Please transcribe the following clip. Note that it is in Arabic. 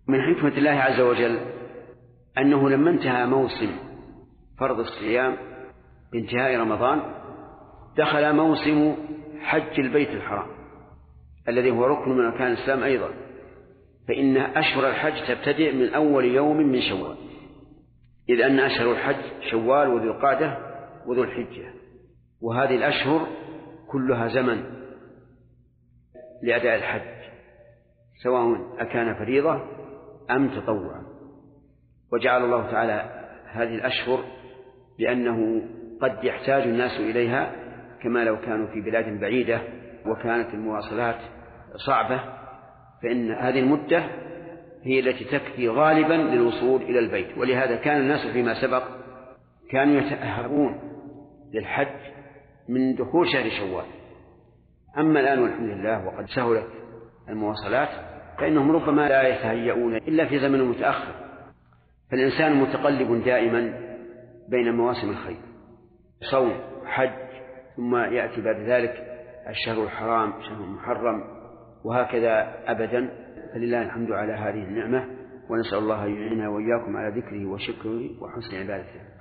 من حكمة الله عز وجل أنه لما انتهى موسم فرض الصيام بانتهاء رمضان دخل موسم حج البيت الحرام الذي هو ركن من أركان الإسلام أيضا، فإن أشهر الحج تبتدئ من أول يوم من شوال، إذ أن أشهر الحج شوال وذو القعدة وذو الحجة، وهذه الأشهر كلها زمن لأداء الحج سواء أكان فريضة أم تطوعا. وجعل الله تعالى هذه الأشهر لأنه قد يحتاج الناس إليها كما لو كانوا في بلاد بعيدة وكانت المواصلات صعبة، فإن هذه المدة هي التي تكفي غالبا للوصول إلى البيت. ولهذا كان الناس فيما سبق كانوا يتأهبون للحج من دخول شهر شوال. أما الآن والحمد لله وقد سهلت المواصلات فإنهم ربما لا يتهيئون إلا في زمن متأخر، فالإنسان متقلب دائما بين مواسم الخير، صوم حج، ثم يأتي بعد ذلك الشهر الحرام شهر المحرم، وهكذا أبدا. فلله الحمد على هذه النعمة، ونسأل الله أن يعيننا وإياكم على ذكره وشكره وحسن عبادته.